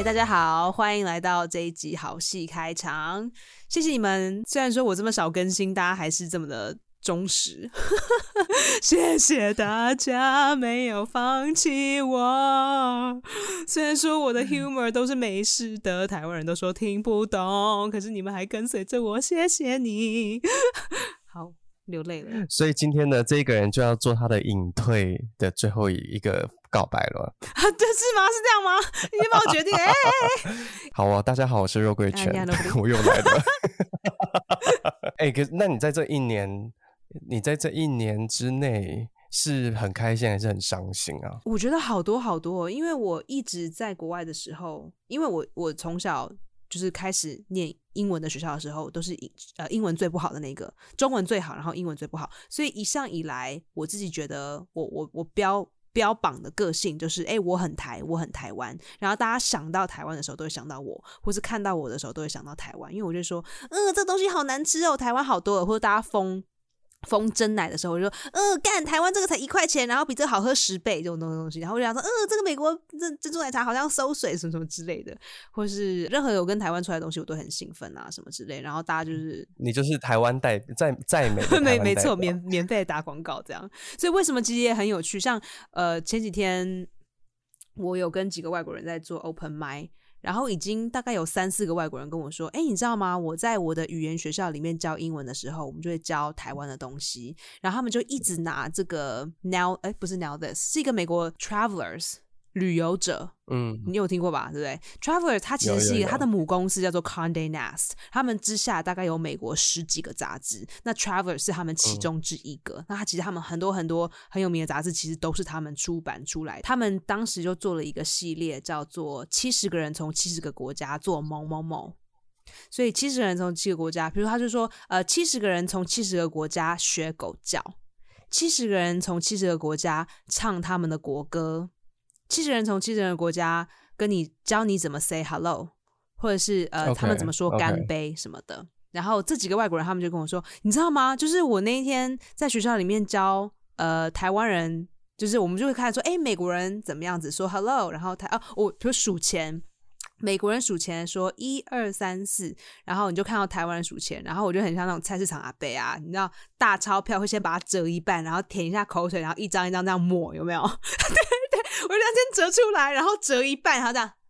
大家好，欢迎来到这一集好戏开场。谢谢你们，虽然说我这么少更新，大家还是这么的忠实。谢谢大家没有放弃我。虽然说我的 humor 都是美式的，台湾人都说听不懂，可是你们还跟随着我，谢谢你。好，流泪了。 所以今天呢，这个人就要做他的隐退的最后一个告白了。 这是吗？是这样吗？你先帮我决定。 好啊，大家好，我是肉桂犬，我又来了。可是那你在这一年之内是很开心还是很伤心啊？ 我觉得好多好多，因为我一直在国外的时候，因为我从小就是开始念英文的学校的时候，都是英文最不好的那个，中文最好，然后英文最不好，所以一向以来我自己觉得我标榜的个性就是我很台湾，然后大家想到台湾的时候都会想到我，或是看到我的时候都会想到台湾，因为我就说这东西好难吃哦，台湾好多了，或者大家封真奶的时候，我就说干台湾这个才1块钱，然后比这个好喝10倍这种东西，然后我就想说这个美国珍珠奶茶好像馊水什么什么之类的，或是任何有跟台湾出来的东西我都很兴奋啊什么之类，然后大家就是你就是台湾在美的台湾代表。 没错，免费打广告这样。所以为什么其实也很有趣，像前几天我有跟几个外国人在做 open mic，然后已经大概有3-4个外国人跟我说你知道吗，我在我的语言学校里面教英文的时候，我们就会教台湾的东西，然后他们就一直拿这个 不是 Now This， 是一个美国 Travelers 旅游者，你有听过吧，对不对？ Travelers 它其实是一个，它的母公司叫做 Condé Nast， 他们之下大概有美国10几个杂志，那 Travelers 是他们其中之一个，那其实他们很多很多很有名的杂志其实都是他们出版出来的。他们当时就做了一个系列叫做70个人从70个国家做某某某，所以70个人从7个国家，比如他就说70个人从70个国家学狗叫，70个人从70个国家唱他们的国歌，70人从70个国家教你怎么 say hello， 或者是他们怎么说干杯什么的。然后这几个外国人他们就跟我说，你知道吗，就是我那一天在学校里面教台湾人，就是我们就会看说美国人怎么样子说 hello， 然后我比如数钱，美国人数钱说1、2、3、4，然后你就看到台湾人数钱，然后我就很像那种菜市场阿伯啊，你知道大钞票会先把它折一半，然后舔一下口水，然后一张一张这样抹，有没有？对，我就先折出来，然后折一半，然后这样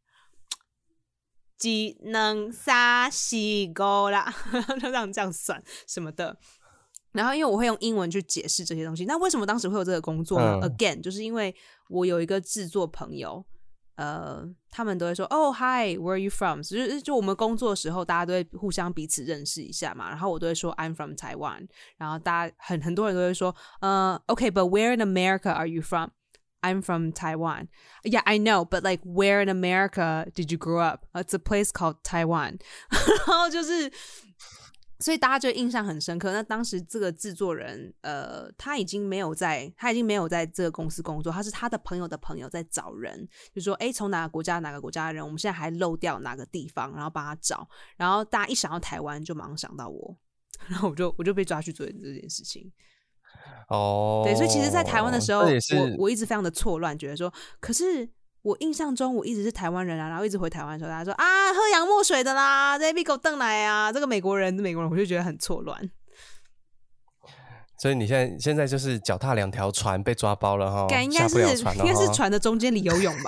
1、2、3、4、5啦，就这样算什么的。然后因为我会用英文去解释这些东西，那为什么当时会有这个工作呢？Again， 就是因为我有一个制作朋友。他们都会说hi where are you from， 就我们工作的时候大家都会互相彼此认识一下嘛，然后我都会说 I'm from Taiwan， 然后大家很多人都会说okay but where in America are you from？ I'm from Taiwan. Yeah, I know, but like where in America did you grow up? It's a place called Taiwan. 然后就是所以大家就印象很深刻。那当时这个制作人他已经没有在这个公司工作，他是他的朋友的朋友在找人，就说从哪个国家的人，我们现在还漏掉哪个地方，然后帮他找，然后大家一想到台湾就马上想到我，然后我就被抓去做这件事情。对，所以其实在台湾的时候我一直非常的错乱，觉得说可是我印象中我一直是台湾人啊，然后一直回台湾的时候大家说喝洋墨水的啦，这狗邓来啊，这个美国人我就觉得很错乱。 所以你现在就是脚踏2条船被抓包了齁， 应该是船的中间里游泳吧。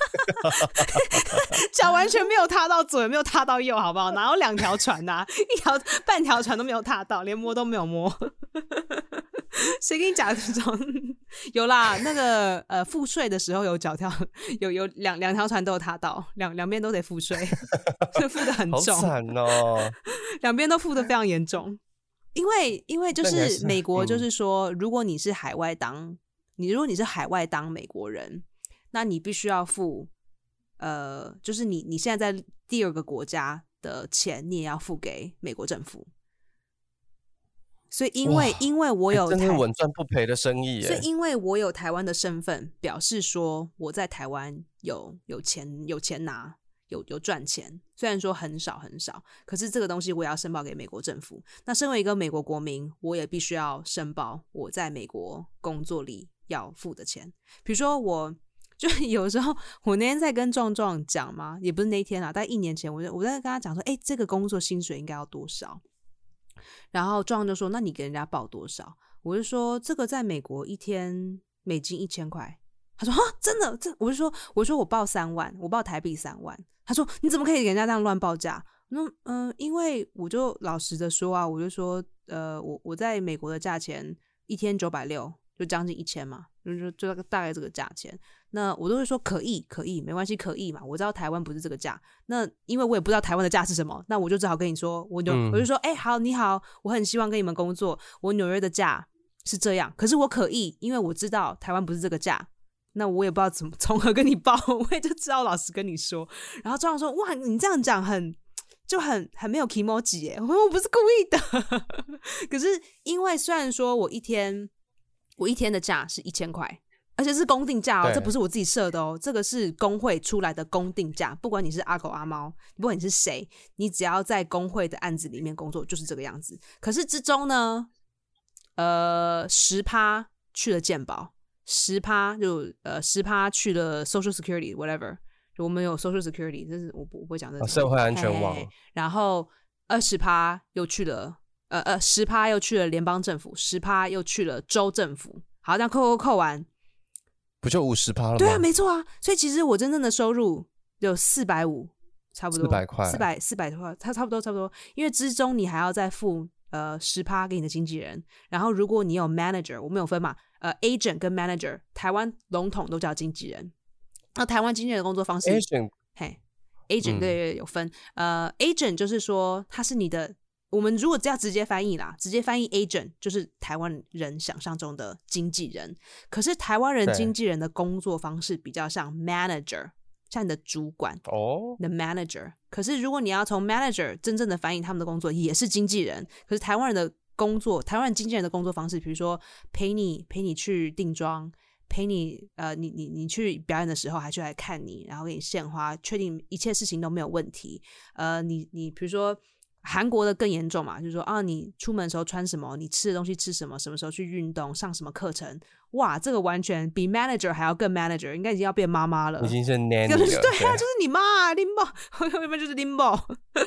脚完全没有踏到左也没有踏到右，好不好？哪有2条船啊，半条船都没有踏到，连摸都没有摸。谁跟你讲这种？有啦，那个赋税的时候有脚跳，有两条船都有踏到，两边都得赋税，付得很重，好惨哦， 两边都付得非常严重。因为就是美国就是说，如果你是海外当美国人，那你必须要付就是你现在在第2个国家的钱，你也要付给美国政府。所以因为我有真是稳赚不赔的生意耶。 所以因为我有台湾的身份，表示说我在台湾有钱拿，有赚钱，虽然说很少很少，可是这个东西我也要申报给美国政府。那身为一个美国国民，我也必须要申报我在美国工作里要付的钱。比如说我就有时候我那天在跟壮壮讲嘛，也不是那一天啦，大概1年前，我在跟他讲说，这个工作薪水应该要多少？然后壮壮就说，那你给人家报多少？我就说这个在美国一天美金1000块。他说真的？我就说我报3万，我报台币3万。他说你怎么可以给人家这样乱报价？我说因为我就老实的说啊，我就说我在美国的价钱一天960，就将近1000嘛，就大概这个价钱。那我都会说可以没关系，可以嘛。我知道台湾不是这个价，那因为我也不知道台湾的价是什么，那我就只好跟你说，我就说好，你好，我很希望跟你们工作，我纽约的价是这样，可是我可以，因为我知道台湾不是这个价。那我也不知道怎么从何跟你报，我也就只好老实跟你说。然后壮壮说：“哇，你这样讲很没有 kimoji 耶。”我说：“我不是故意的。”可是因为虽然说我一天的价是1000块，而且是公定价哦，这不是我自己设的哦，这个是工会出来的公定价。不管你是阿狗阿猫，不管你是谁，你只要在工会的案子里面工作，就是这个样子。可是之中呢，10% 去了健保。10% 就10% 去了 Social Security whatever， 就我们有 Social Security， 这是我不会讲这社会安全网。 然后20% 又去了10% 又去了联邦政府，10% 又去了州政府。好，这样扣完， 不就50%了吗？ 对啊，没错啊。所以其实我真正的收入有450，差不多 400块 ，400块，差不多。因为之中你还要再付10% 给你的经纪人，然后如果你有 manager， 我们有分嘛，agent 跟 manager， 台湾笼统都叫经纪人。那台湾经纪人的工作方式 agent 对有分agent 就是说他是你的，我们如果要直接翻译啦，直接翻译 agent 就是台湾人想象中的经纪人，可是台湾人经纪人的工作方式比较像 manager， 像你的主管你的 manager。可是如果你要从 manager 真正的翻译他们的工作也是经纪人，可是台湾人的工作，台湾经纪人的工作方式，比如说陪你去定妆，陪你你去表演的时候还去来看你，然后给你献花，确定一切事情都没有问题。你比如说韩国的更严重嘛，就是说你出门的时候穿什么，你吃的东西吃什么，什么时候去运动，上什么课程。哇，这个完全比 manager 还要更 manager， 应该已经要变妈妈了， 已经是 nanny 了。 对啊，就是你妈Limbo， 要不然就是 Limbo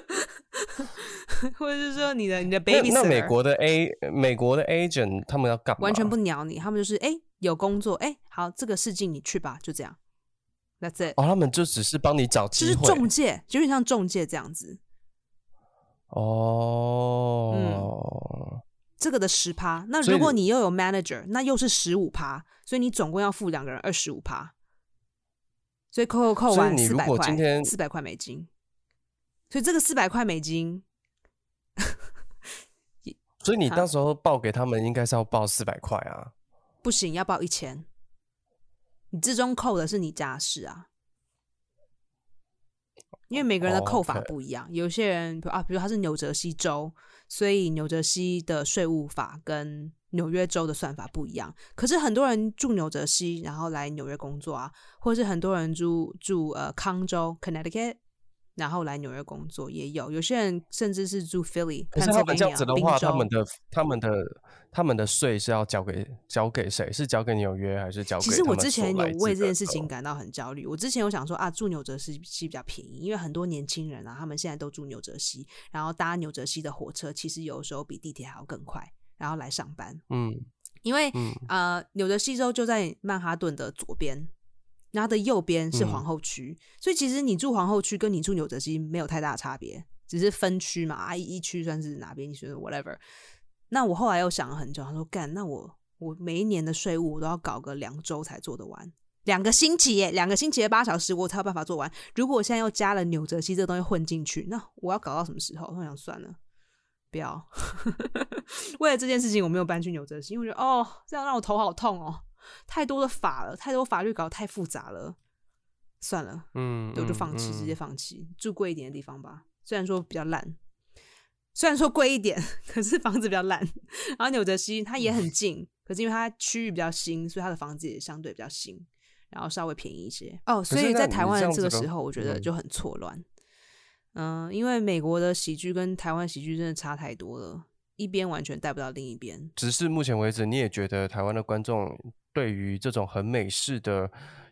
或者是说你的 babysitter。 那美国的 agent 他们要干嘛？ 完全不鸟你，他们就是有工作，好，这个试镜你去吧，就这样 That's it。 他们就只是帮你找机会， 就是中介，就有点像中介这样子。这个的10%，那如果你又有 manager， 那又是15%，所以你总共要付2个人25%，所以扣完400块美金。所以这个400块美金， 所以你到时候报给他们应该是要报400块啊？ 不行，要报1000，你之中扣的是你家事啊。因为每个人的扣法不一样，有些人比如他是纽泽西州，所以纽泽西的税务法跟纽约州的算法不一样。可是很多人住纽泽西，然后来纽约工作啊，或是很多人住康州 Connecticut， 然后来纽约工作也有。有些人甚至是住 Philly。 可是他们这样子的话，他们的税是要交给谁？是交给纽约还是交给他们？ 其实我之前有为这件事情感到很焦虑。我之前有想说住纽泽西比较便宜，因为很多年轻人他们现在都住纽泽西，然后搭纽泽西的火车其实有的时候比地铁还要更快，然后来上班。因为纽泽西州就在曼哈顿的左边，然后它的右边是皇后区，所以其实你住皇后区跟你住纽泽西没有太大的差别，只是分区嘛，一区算是哪边，你选 whatever。那我后来又想了很久，他说干，那我每一年的税务我都要搞个2周才做得完，2个星期耶，2个星期的8小时我才有办法做完。如果我现在又加了纽泽西这个东西混进去，那我要搞到什么时候？我想算了，不要为了这件事情我没有搬去纽泽西，因为我觉得这样让我头好痛哦，太多的法了，太多法律搞得太复杂了，算了，我就放弃，直接放弃，住贵一点的地方吧。虽然说比较烂，虽然说贵一点，可是房子比较烂。然后纽泽西它也很近，可是因为它区域比较新，所以它的房子也相对比较新，然后稍微便宜一些。所以在台湾的这个时候，我觉得就很错乱。因为美国的喜剧跟台湾喜剧真的差太多了，一边完全带不到另一边。 只是目前为止，你也觉得台湾的观众对于这种很美式的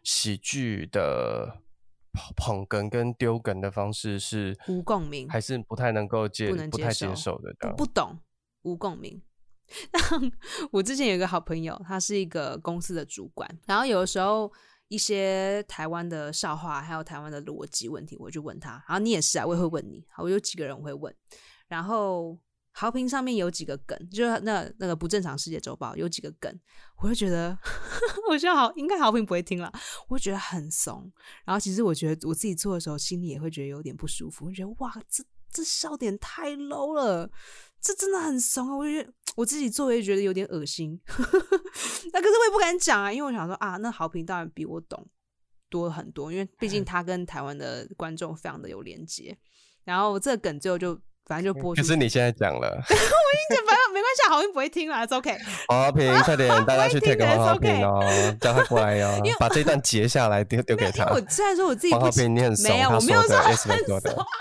喜剧的捧哏跟丢哏的方式是无共鸣， 还是不太能够不太接受的， 不懂，无共鸣。我之前有一个好朋友，他是一个公司的主管，然后有的时候一些台湾的笑话还有台湾的逻辑问题我就问他，然后你也是啊，我也会问你，我有几个人我会问，然后好评上面有几个梗，就是那个不正常世界周报有几个梗，我就觉得我觉得应该好评不会听啦，我会觉得很怂，然后其实我觉得我自己做的时候心里也会觉得有点不舒服，我觉得哇这笑点太 low 了，这真的很怂啊！我觉得我自己做也觉得有点恶心，那可是我也不敢讲啊，因为我想说啊，那好评当然比我懂多很多，因为毕竟他跟台湾的观众非常的有连结。然后这个梗之后就反正就播出去。 可是你现在讲了， 我已经讲，反正没关系，好评不会听了 ，it's OK。 好评，快点，大家去 take 黄好评哦，叫他过来哦，把这段截下来丢给他。 因为我虽然说我自己不黄好评，你很怂， 没有，我没有说很怂。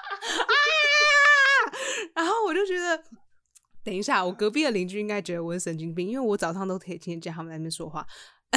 然后我就觉得，等一下，我隔壁的邻居应该觉得我是神经病，因为我早上都可以听见他们在那边说话。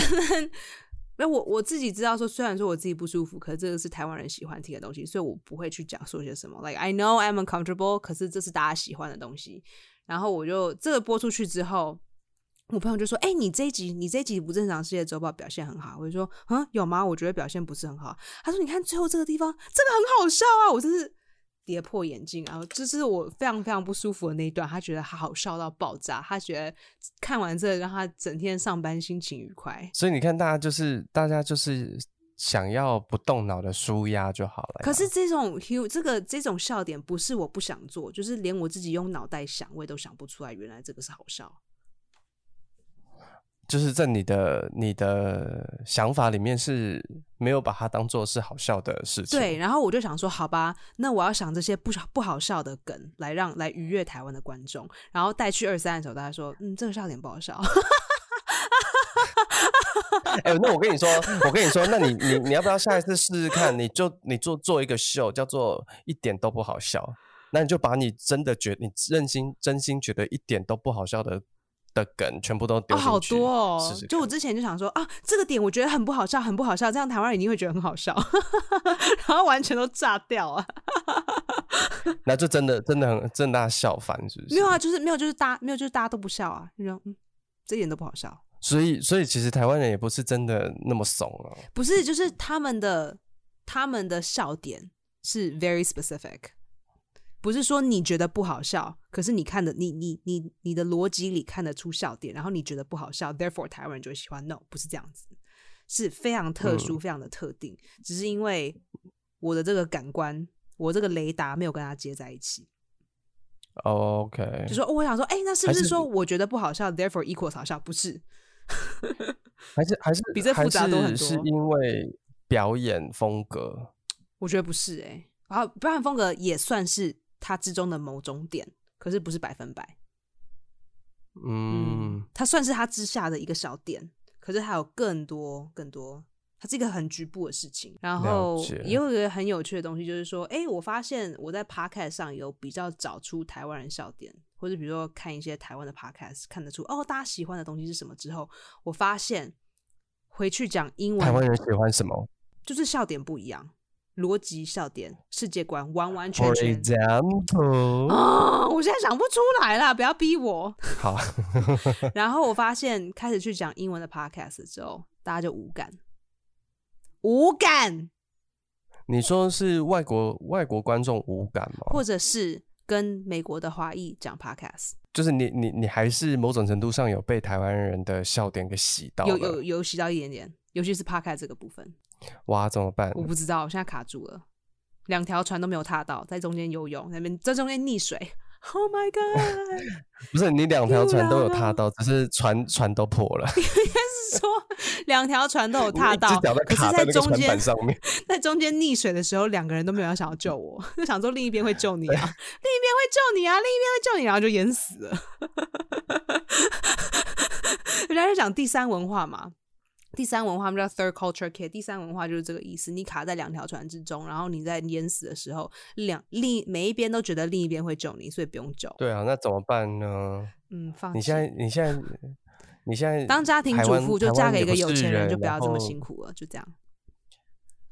我自己知道说，虽然说我自己不舒服，可是这个是台湾人喜欢听的东西，所以我不会去讲说些什么。Like I know I'm uncomfortable， 可是这是大家喜欢的东西。然后我就这个播出去之后，我朋友就说：“欸，你这一集不正常世界周报表现很好。”我就说：“有吗？我觉得表现不是很好。”他说：“你看最后这个地方，这个很好笑啊！”我真是跌破眼镜，然后这是我非常非常不舒服的那一段。他觉得他好笑到爆炸，他觉得看完这个让他整天上班心情愉快。 所以你看，大家就是想要不动脑的抒压就好了。 可是这种笑点不是我不想做，就是连我自己用脑袋想，我也都想不出来，原来这个是好笑。 就是在你的想法里面是没有把它当作是好笑的事情。 对，然后我就想说，好吧，那我要想这些不好笑的梗来愉悦台湾的观众，然后带去23的时候，大家说，这个笑点不好笑。 那我跟你说，那你要不要下一次试试看？你做一个秀，叫做一点都不好笑，那你就把你真心觉得一点都不好笑的梗全部都丢进去， 好多哦！ 试试看。 就我之前就想说啊，这个点我觉得很不好笑，很不好笑，这样台湾人一定会觉得很好笑，然后完全都炸掉啊！ 那就真的很正大笑翻，是不是？ 没有啊，就是大家都不笑啊，就说这一点都不好笑。 所以其实台湾人也不是真的那么怂啊， 不是，就是他们的笑点是 very specific。不是说你觉得不好笑，可是你看的你的逻辑里看得出笑点，然后你觉得不好笑 therefore 台湾人就会喜欢。 No， 不是这样子，是非常特殊非常的特定，只是因为我的这个感官，我这个雷达没有跟它接在一起。 OK， 就说我想说那是不是说我觉得不好笑 therefore equals 好笑？不是。 还是比这复杂多很多。 是因为表演风格？ 我觉得不是然后表演风格也算是它之中的某种点，可是不是100%。它算是它之下的一个小点，可是还有更多，它是一个很局部的事情。然后也有一个很有趣的东西，就是说我发现我在 podcast 上有比较找出台湾人笑点，或者比如说看一些台湾的 podcast 看得出大家喜欢的东西是什么之后，我发现回去讲英文， 台湾人喜欢什么？ 就是笑点不一样，逻辑、笑点、世界观完完全全。 For example， 我现在想不出来啦，不要逼我。 好。 然后我发现开始去讲英文的 podcast 之后，大家就无感。 你说是外国观众无感吗？ 或者是跟美国的华裔讲 podcast， 就是你还是某种程度上有被台湾人的笑点给洗到了， 有洗到一点点，尤其是 podcast 这个部分。 哇，怎么办？ 我不知道，我现在卡住了，2条船都没有踏到，在中间游泳，在中间溺水。Oh my god！ 不是你2条船都有踏到，只是船都破了。 应该是说2条船都有踏到，可是在中间上面， 在中间溺水的时候，2个人都没有要想要救我，就想说另一边会救你啊，另一边会救你啊，另一边会救你，然后就淹死了。人家就讲第三文化嘛。第三文化他们叫 third culture kid， 第三文化就是这个意思，你卡在2条船之中，然后你在淹死的时候，每一边都觉得另一边会救你，所以不用救。 对啊，那怎么办呢？ 放弃。 你现在当家庭主妇就嫁给一个有钱人，就不要这么辛苦了，就这样。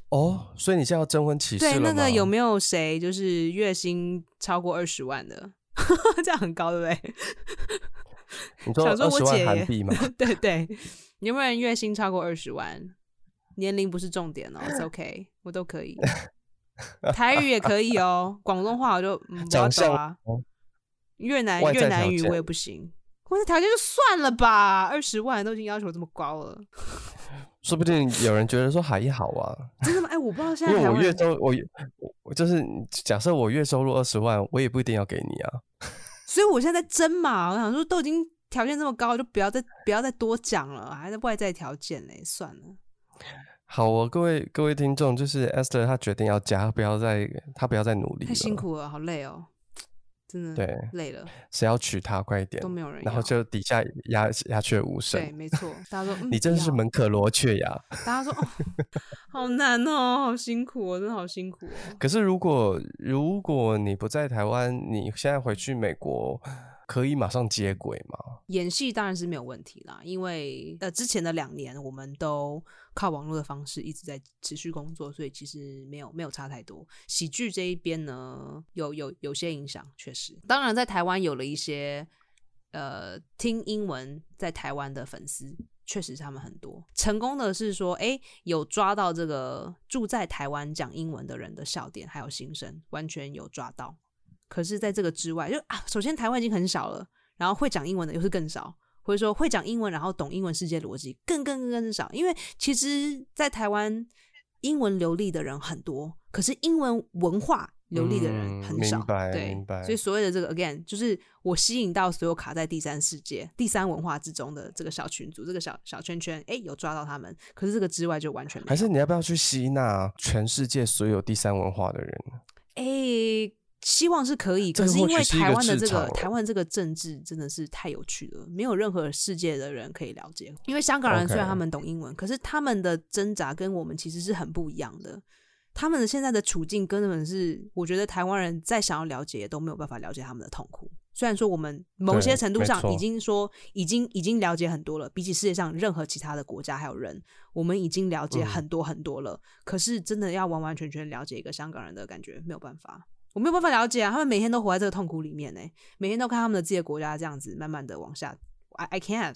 哦，所以你现在要征婚启事了吗？ 对，那个有没有谁就是月薪超过20万的？这样很高，对不对？ 你说20万韩币吗？ 对对，有没有人月薪超过20万？年龄不是重点哦 ，it's OK， 我都可以。台语也可以哦，广东话我就长相啊。越南语我也不行，外在条件就算了吧，20万都已经要求这么高了。 说不定有人觉得说还好啊。 真的吗？我不知道现在因为我月收我就是假设我月收入20万，我也不一定要给你啊。 所以我现在在争嘛，我想说都已经条件这么高，就不要再多讲了，还在外在条件嘞，算了。 好哦，各位听众，就是 Esther 她决定要加，她不要再努力了， 太辛苦了，好累哦，真的对累了。 谁要娶她？快一点，都没有人要，然后就底下鸦雀无声。 对，没错，大家说你真的是门可罗雀呀。 大家说哦，好难哦，好辛苦哦，真的好辛苦哦。 可是如果你不在台湾，你现在回去美国，可以马上接轨吗？ 演戏当然是没有问题啦，因为之前的2年我们都靠网络的方式一直在持续工作，所以其实没有差太多。喜剧这一边呢，有些影响，确实。当然在台湾有了一些听英文在台湾的粉丝，确实他们很多。成功的是说有抓到这个住在台湾讲英文的人的笑点还有心声，完全有抓到。可是在这个之外，首先台湾已经很少了，然后会讲英文的又是更少，或者说会讲英文然后懂英文世界逻辑更少。因为其实在台湾英文流利的人很多，可是英文文化流利的人很少。对， 明白。 所以所谓的这个 again 就是我吸引到所有卡在第三世界第三文化之中的这个小群组，这个小圈圈，有抓到他们。可是这个之外就完全没有。 还是你要不要去吸纳全世界所有第三文化的人？ 希望是可以，可是因为台湾的这个政治真的是太有趣了，没有任何世界的人可以了解。因为香港人虽然他们懂英文，可是他们的挣扎跟我们其实是很不一样的。他们的现在的处境根本是，我觉得台湾人再想要了解都没有办法了解他们的痛苦。虽然说我们某些程度上已经了解很多了，比起世界上任何其他的国家还有人，我们已经了解很多很多了。可是真的要完完全全了解一个香港人的感觉，没有办法。我没有办法了解啊，他们每天都活在这个痛苦里面每天都看他们的自己的国家这样子慢慢的往下。I can't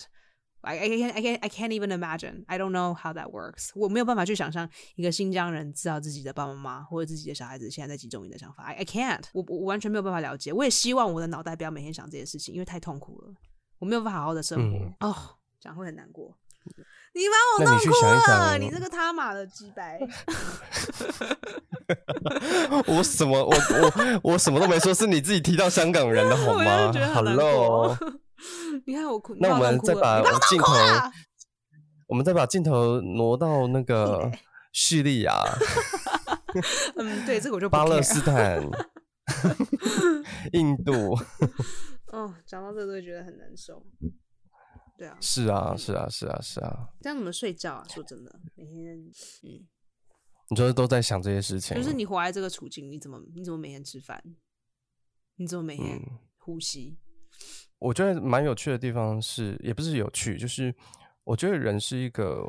even imagine. I don't know how that works. 我没有办法去想象一个新疆人知道自己的爸爸妈妈或者自己的小孩子现在在集中营的想法。I can't. 我完全没有办法了解。我也希望我的脑袋不要每天想这些事情，因为太痛苦了，我没有办法好好的生活。讲会很难过。你把我弄哭了，你这个他妈的鸡掰！ 我什么都没说，是你自己提到香港人的好吗？ 我就觉得很难过。你看我哭， 那我们再把镜头挪到那个叙利亚。 对，这个我就不 care。 巴勒斯坦、印度。 讲到这个都会觉得很难受。对啊， 是啊。 这样怎么睡觉啊？说真的，每天你就是都在想这些事情。 就是你活在这个处境，你怎么每天吃饭？你怎么每天呼吸？ 我觉得蛮有趣的地方是，也不是有趣，就是我觉得人是一个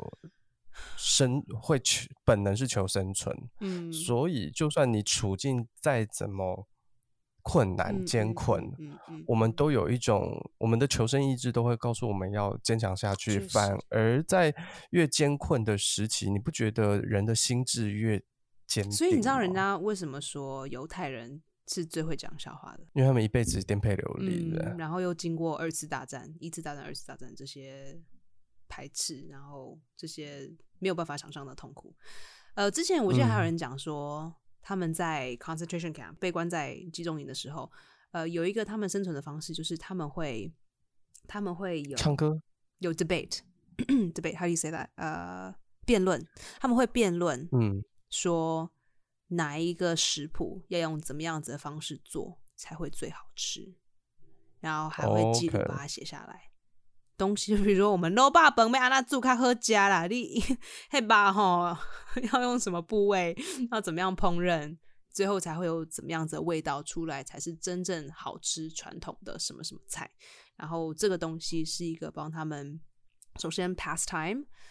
本能是求生存，所以就算你处境再怎么困难艰困，我们都有一种我们的求生意志都会告诉我们要坚强下去。反而在越艰困的时期，你不觉得人的心智越坚定吗？ 所以你知道人家为什么说犹太人是最会讲笑话的？ 因为他们一辈子颠沛流离的， 然后又经过1次大战、2次大战这些排斥，然后这些没有办法想象的痛苦。之前我记得还有人讲说，他们在 concentration camp 被关在集中营的时候，有一个他们生存的方式，就是他们会有唱歌， 有 debate how do you say that？ 辩论，他们会辩论，说哪一个食谱要用怎么样子的方式做才会最好吃，然后还会记录把它写下来。东西比如说我们肉霸本要按那煮较好吃啦，你那肉吼要用什么部位，要怎么样烹饪，最后才会有怎么样子的味道出来，才是真正好吃传统的什么什么菜。然后这个东西是一个帮他们首先 pastime，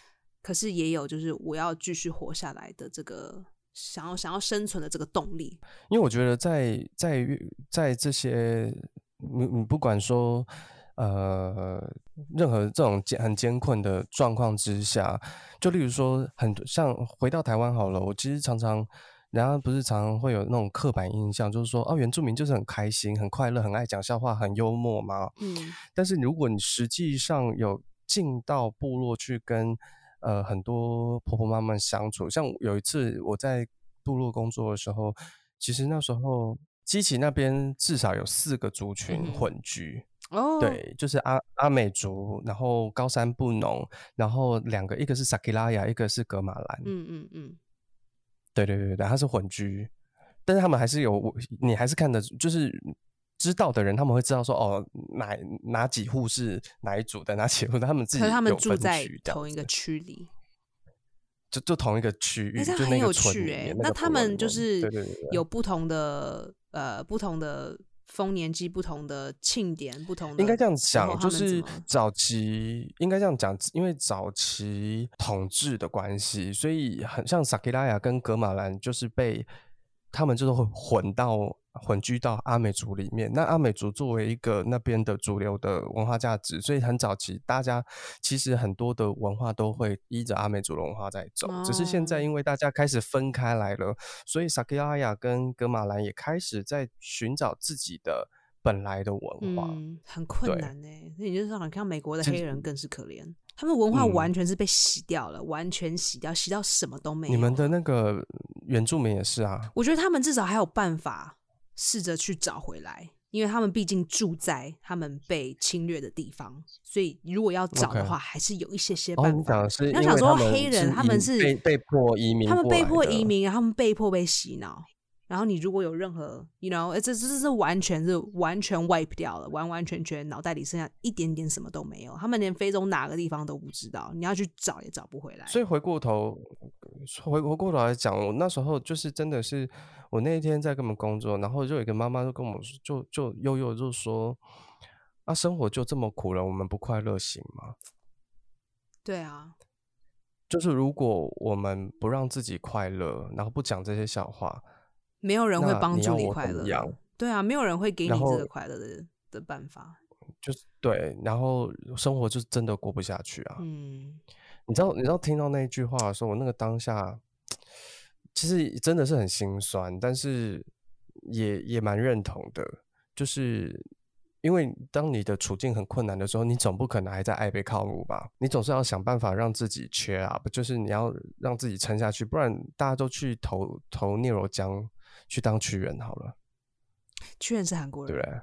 可是也有就是我要继续活下来的这个想要生存的这个动力。 因为我觉得在这些你不管说任何这种很艰困的状况之下，就例如说像回到台湾好了，我其实常常人家不是常常会有那种刻板印象，就是说原住民就是很开心很快乐很爱讲笑话很幽默嘛。但是如果你实际上有进到部落去跟很多婆婆妈妈相处，像有一次我在部落工作的时候，其实那时候基奇那边至少有4个族群混居。对，就是阿美族，然后高山布农，然后2个，一个是萨基拉雅，一个是噶玛兰。对，他是混居，但是他们还是你还是看的，就是知道的人他们会知道说哪几户是哪一组的，哪几户他们自己有分区，可是他们住在同一个区里， 就同一个区域，就那个村里面。 那他们就是有不同的不同的丰年祭，不同的庆典，不同的， 应该这样讲，就是早期应该这样讲，因为早期统治的关系，所以很像萨基拉雅跟噶玛兰就是他们就是会混居到阿美族里面。那阿美族作为一个那边的主流的文化价值，所以很早期大家其实很多的文化都会依着阿美族的文化在走。只是现在因为大家开始分开来了，所以萨基拉雅跟噶玛兰也开始在寻找自己的本来的文化。 很困难欸。所以你就是看美国的黑人更是可怜，他们文化完全是被洗掉了，完全洗掉，洗到什么都没有。 你们的那个原住民也是啊， 我觉得他们至少还有办法试着去找回来，因为他们毕竟住在他们被侵略的地方，所以如果要找的话，还是有一些办法。 你要想说黑人他们是被迫移民， 他们被迫移民，然后他们被迫被洗脑。然后你如果有任何 you know 这是完全 wipe 掉了，完全脑袋里剩下一点点什么都没有，他们连非洲哪个地方都不知道，你要去找也找不回来。 所以回过头来讲，我那时候就是真的是我那一天在跟我们工作，然后就有一个妈妈就跟我说，就悠悠就说生活就这么苦了，我们不快乐行吗？ 对啊， 就是如果我们不让自己快乐，然后不讲这些笑话， 没有人会帮助你快乐。对啊，没有人会给你这个快乐的办法。 就是对，然后生活就真的过不下去啊。你知道听到那一句话的时候，我那个当下其实真的是很心酸，但是也蛮认同的。就是因为当你的处境很困难的时候，你总不可能还在爱被靠母吧，你总是要想办法让自己 cheer up， 就是你要让自己撑下去，不然大家都去投聂柔江去当屈原好了。 屈原是韩国人， 对不对？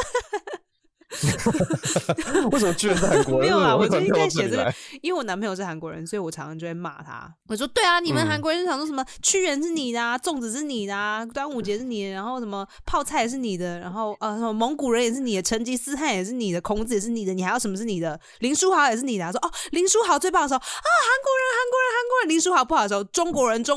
为什么屈原是韩国人？ 没有啦，我最近在写这个，因为我男朋友是韩国人，所以我常常就会骂他。我说：“对啊，你们韩国人想说什么？屈原是你的啊，粽子是你的啊，端午节是你的，然后什么泡菜也是你的，然后什么蒙古人也是你的，成吉思汗也是你的，孔子也是你的，你还有什么是你的？林书豪也是你的。”说：“林书豪最棒的时候啊，韩国人；林书豪不好的时候，中国人。”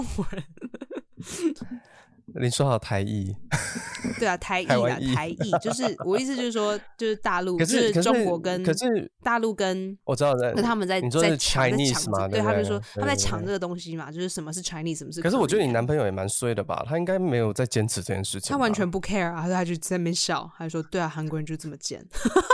你说好台裔， 对啊，台裔啊，台裔就是我意思就是说，就是大陆，就是中国跟大陆跟我知道跟他们在 Chinese 嘛， 对，他就说他们在抢这个东西嘛，就是什么是 Chinese， 什么是。 可是我觉得你男朋友也蛮衰的吧？他应该没有在坚持这件事情。 他完全不 care 啊，他就在那边笑，他就说：“对啊，韩国人就这么贱。”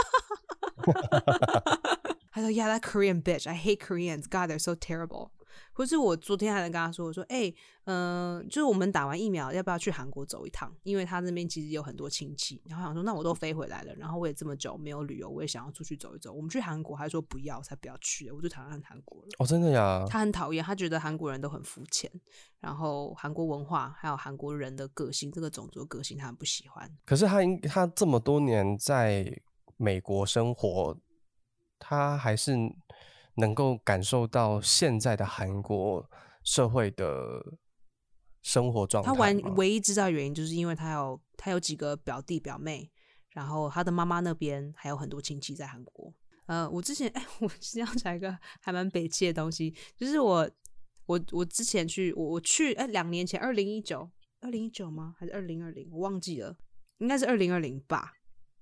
他说 ：“Yeah, that Korean bitch, I hate Koreans. God, they're so terrible.” 或是我昨天还能跟他说，我说就是我们打完疫苗要不要去韩国走一趟，因为他那边其实有很多亲戚，然后想说那我都飞回来了，然后我也这么久没有旅游，我也想要出去走一走，我们去韩国，还说不要，才不要去，我就讨厌韩国了。 哦，真的呀？ 他很讨厌，他觉得韩国人都很肤浅，然后韩国文化还有韩国人的个性，这个种族的个性他很不喜欢。 可是他这么多年在美国生活，他还是能够感受到现在的韩国社会的生活状态吗？ 他唯一知道的原因就是因为他有几个表弟表妹，然后他的妈妈那边还有很多亲戚在韩国。我之前我今天要讲一个还蛮北气的东西，就是我之前去我去2年前2019吗？还是2020？我忘记了，应该是2020吧。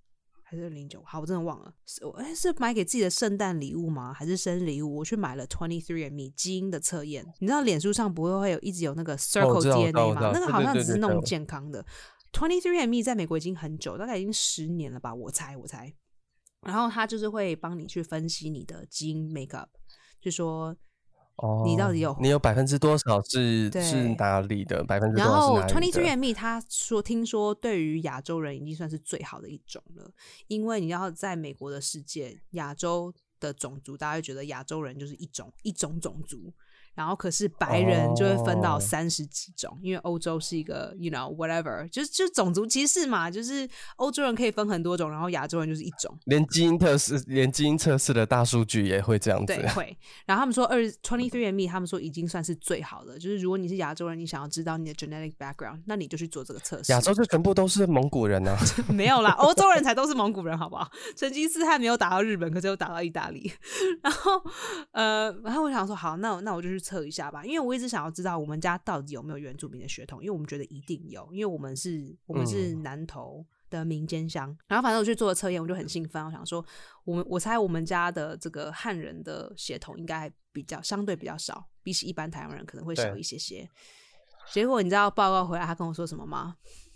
还是2009？好，我真的忘了。是买给自己的圣诞礼物吗？还是生日礼物？我去买了 23andMe 基因的测验。你知道脸书上不会一直有那个 Circle DNA 吗？那个好像只是弄健康的。23andMe 在美国已经很久，大概已经10年了吧，我猜。然后他就是会帮你去分析你的基因 makeup， 就说你到底有你有多少是哪里的，多少是哪里的。 然后 23andMe 他听说对于亚洲人已经算是最好的一种了，因为你要在美国的世界，亚洲的种族大家会觉得亚洲人就是一种种族，然后可是白人就会分到30几种，因为欧洲是一个 you know whatever 就种族歧视嘛，就是欧洲人可以分很多种，然后亚洲人就是一种， 连基因测试的大数据也会这样子。 对，会。然后他们说23andMe 他们说已经算是最好的，就是如果你是亚洲人，你想要知道你的 genetic background， 那你就去做这个测试。 亚洲就全部都是蒙古人啊？ 没有啦，欧洲人才都是蒙古人，好不好？成吉思汗没有打到日本，可是有打到意大利。然后我想说，好，那我就去测一下吧，因为我一直想要知道我们家到底有没有原住民的血统，因为我们觉得一定有，因为我们是南投的民间乡。然后反正我去做了测验，我就很兴奋，我想说我猜我们家的这个汉人的血统应该相对比较少，比起一般台湾人可能会少一些些。结果你知道报告回来他跟我说什么吗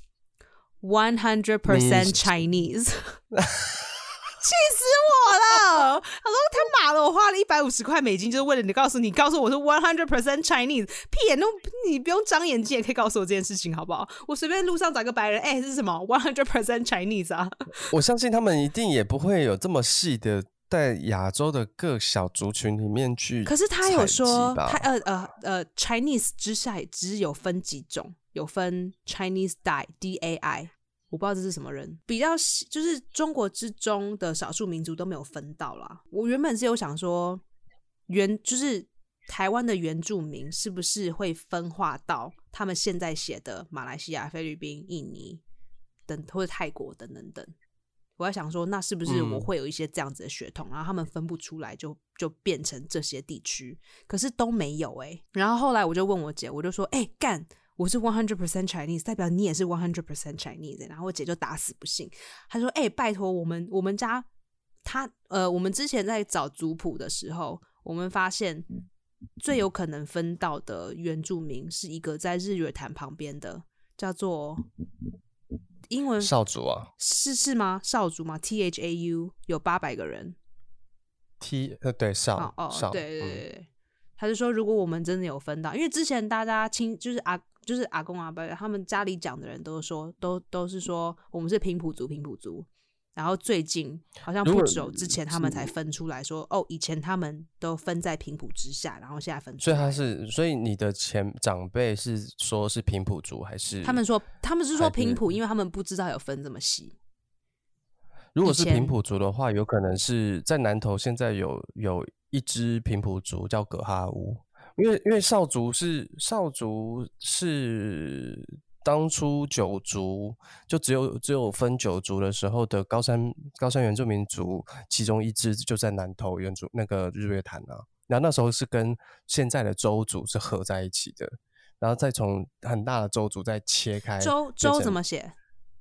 ？100% Chinese 气死我了！他说他妈的，我花了150块美金，就是为了你告诉我是100% Chinese， 屁眼，你不用张眼睛也可以告诉我这件事情，好不好？我随便路上找个白人，是什么 100% Chinese 啊？我相信他们一定也不会有这么细的在亚洲的各小族群里面去。可是他有说，Chinese 之下只有分几种，有分 Chinese DAI。我不知道这是什么人，比较就是中国之中的少数民族都没有分到啦。我原本是有想说，就是台湾的原住民是不是会分化到他们现在写的马来西亚、菲律宾、印尼等或者泰国等等等。我在想说，那是不是我会有一些这样子的血统，然后他们分不出来就变成这些地区，可是都没有然后后来我就问我姐，我就说干，我是 100% Chinese， 代表你也是 100% Chinese， 然后我姐就打死不信，她说拜托我们家我们之前在找族谱的时候，我们发现最有可能分到的原住民是一个在日月潭旁边的，叫做英文少族啊？ 是吗？少族吗？ THAU 有800个人。 对少对。他就说如果我们真的有分到，因为之前大家就是阿公阿伯他们家里讲的人都说都是说我们是平埔族，然后最近好像不久之前他们才分出来说以前他们都分在平埔之下，然后现在分出来。 所以你的长辈是说是平埔族还是？他们是说平埔，因为他们不知道有分这么细。 如果是平埔族的话，有可能是在南投现在有一支平埔族叫葛哈乌，因为少族是当初九族就只有分9族的时候的高山原住民族，其中一支就在南投那个日月潭啊，然后那时候是跟现在的周族是合在一起的，然后再从很大的周族再切开。 周怎么写？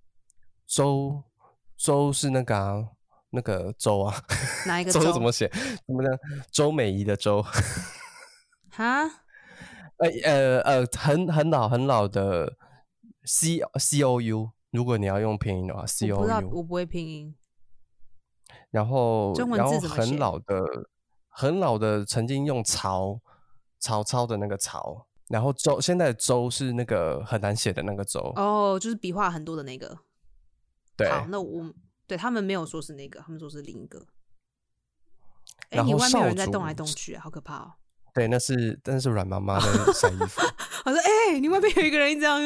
周是那个周啊， 哪一个周？ 周怎么写？怎么呢？周美仪的周。 哈？ 很老的 COU， 如果你要用拼音的话 ，COU。 我不知道，我不会拼音。 然后中文字怎么写？ 很老的，曾经用曹操的那个曹，然后现在的周是那个很难写的那个周。 就是笔画很多的那个。 对， 好，那对他们没有说是那个，他们说是另一个。 你外面有人在动来动去，好可怕哦。 对，那是阮妈妈在晒衣服。 我说你外面有一个人这样，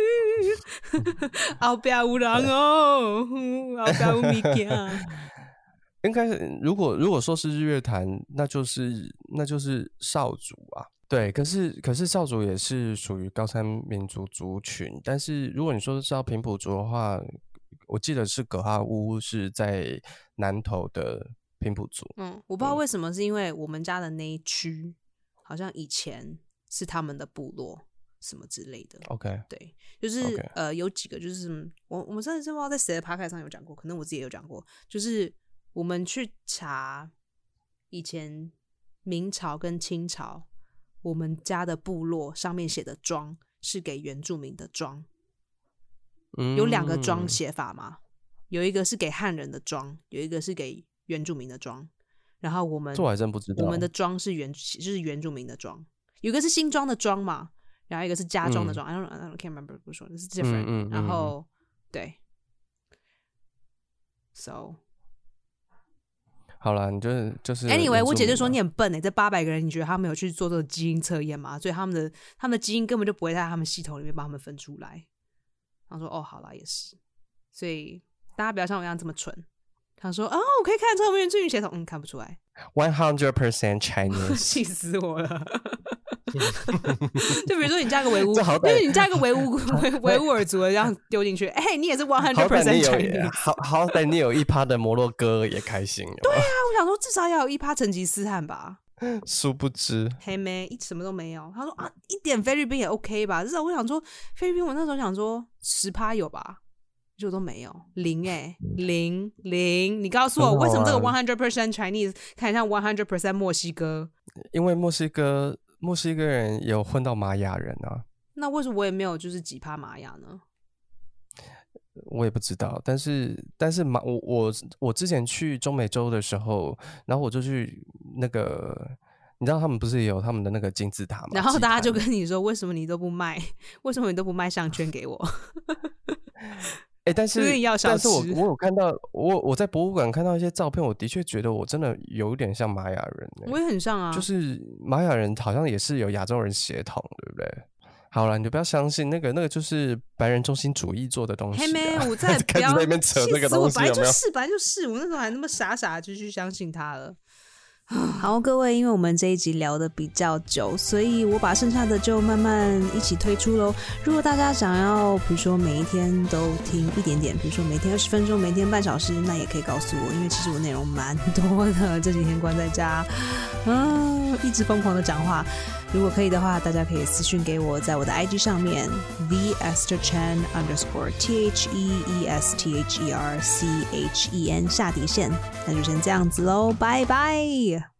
后边有人哦，后边有物件。 应该如果说是日月潭，那就是少族啊。对，可是少族也是属于高山民族族群，但是如果你说是要平埔族的话，我记得是葛哈乌是在南投的平埔族。 我不知道为什么，是因为我们家的那一区好像以前是他们的部落， 什么之类的。 OK， 对，就是有几个就是我们上次不知道在谁的 podcast 上有讲过，可能我自己也有讲过，就是我们去查以前明朝跟清朝我们家的部落上面写的庄是给原住民的庄，有2个庄写法嘛，有一个是给汉人的庄，有一个是给原住民的庄。然后我们这我还真不知道， 我们的庄是就是原住民的庄，有一个是新庄的庄嘛，然后一个是家庄的庄。I don't can't remember 不说，这是 different。然后对 ，so 好啦，你就是 anyway， 我姐就说你很笨这800个人，你觉得他们有去做这个基因测验吗？所以他们的基因根本就不会在他们系统里面帮他们分出来。然后说哦，好啦，也是，所以大家不要像我一样这么蠢。他说：“哦，我可以看出我们原住民血统，看不出来。 100% Chinese， 气死我了！就比如说你加个维吾，就是你加一个维吾尔族的这样丢进去，你也是100% Chinese。 好歹你有1%的摩洛哥也开心。 对啊，我想说至少要有1%成吉思汗吧。 殊不知， 黑妹什么都没有。他说啊，一点菲律宾也 OK 吧？至少我想说菲律宾，我那时候想说10%有吧。”就都没有00，你告诉我为什么这个100% Chinese 看起来像100% 墨西哥？ 因为墨西哥人也有混到玛雅人啊。 那为什么我也没有就是几%玛雅呢？ 我也不知道，但是我之前去中美洲的时候，然后我就去那个，你知道他们不是有他们的那个金字塔吗？ 然后大家就跟你说，为什么你都不卖？为什么你都不卖项圈给我？ 但是我有看到我在博物馆看到一些照片，我的确觉得我真的有点像玛雅人。 我也很像啊， 就是玛雅人好像也是有亚洲人血统，对不对？好了，你就不要相信那个就是白人中心主义做的东西。 黑妹，我再不要在那边扯这个东西， 本来就是我那时候还那么傻就去相信他了。好，各位，因为我们这一集聊的比较久，所以我把剩下的就慢慢一起推出咯。如果大家想要比如说每一天都听一点点，比如说每天20分钟，每天半小时，那也可以告诉我，因为其实我内容蛮多的，这几天关在家一直疯狂的讲话。如果可以的话，大家可以私讯给我，在我的 IG 上面 TheEstherChen_TheEstherChen 下底线。那就先这样子咯，拜拜。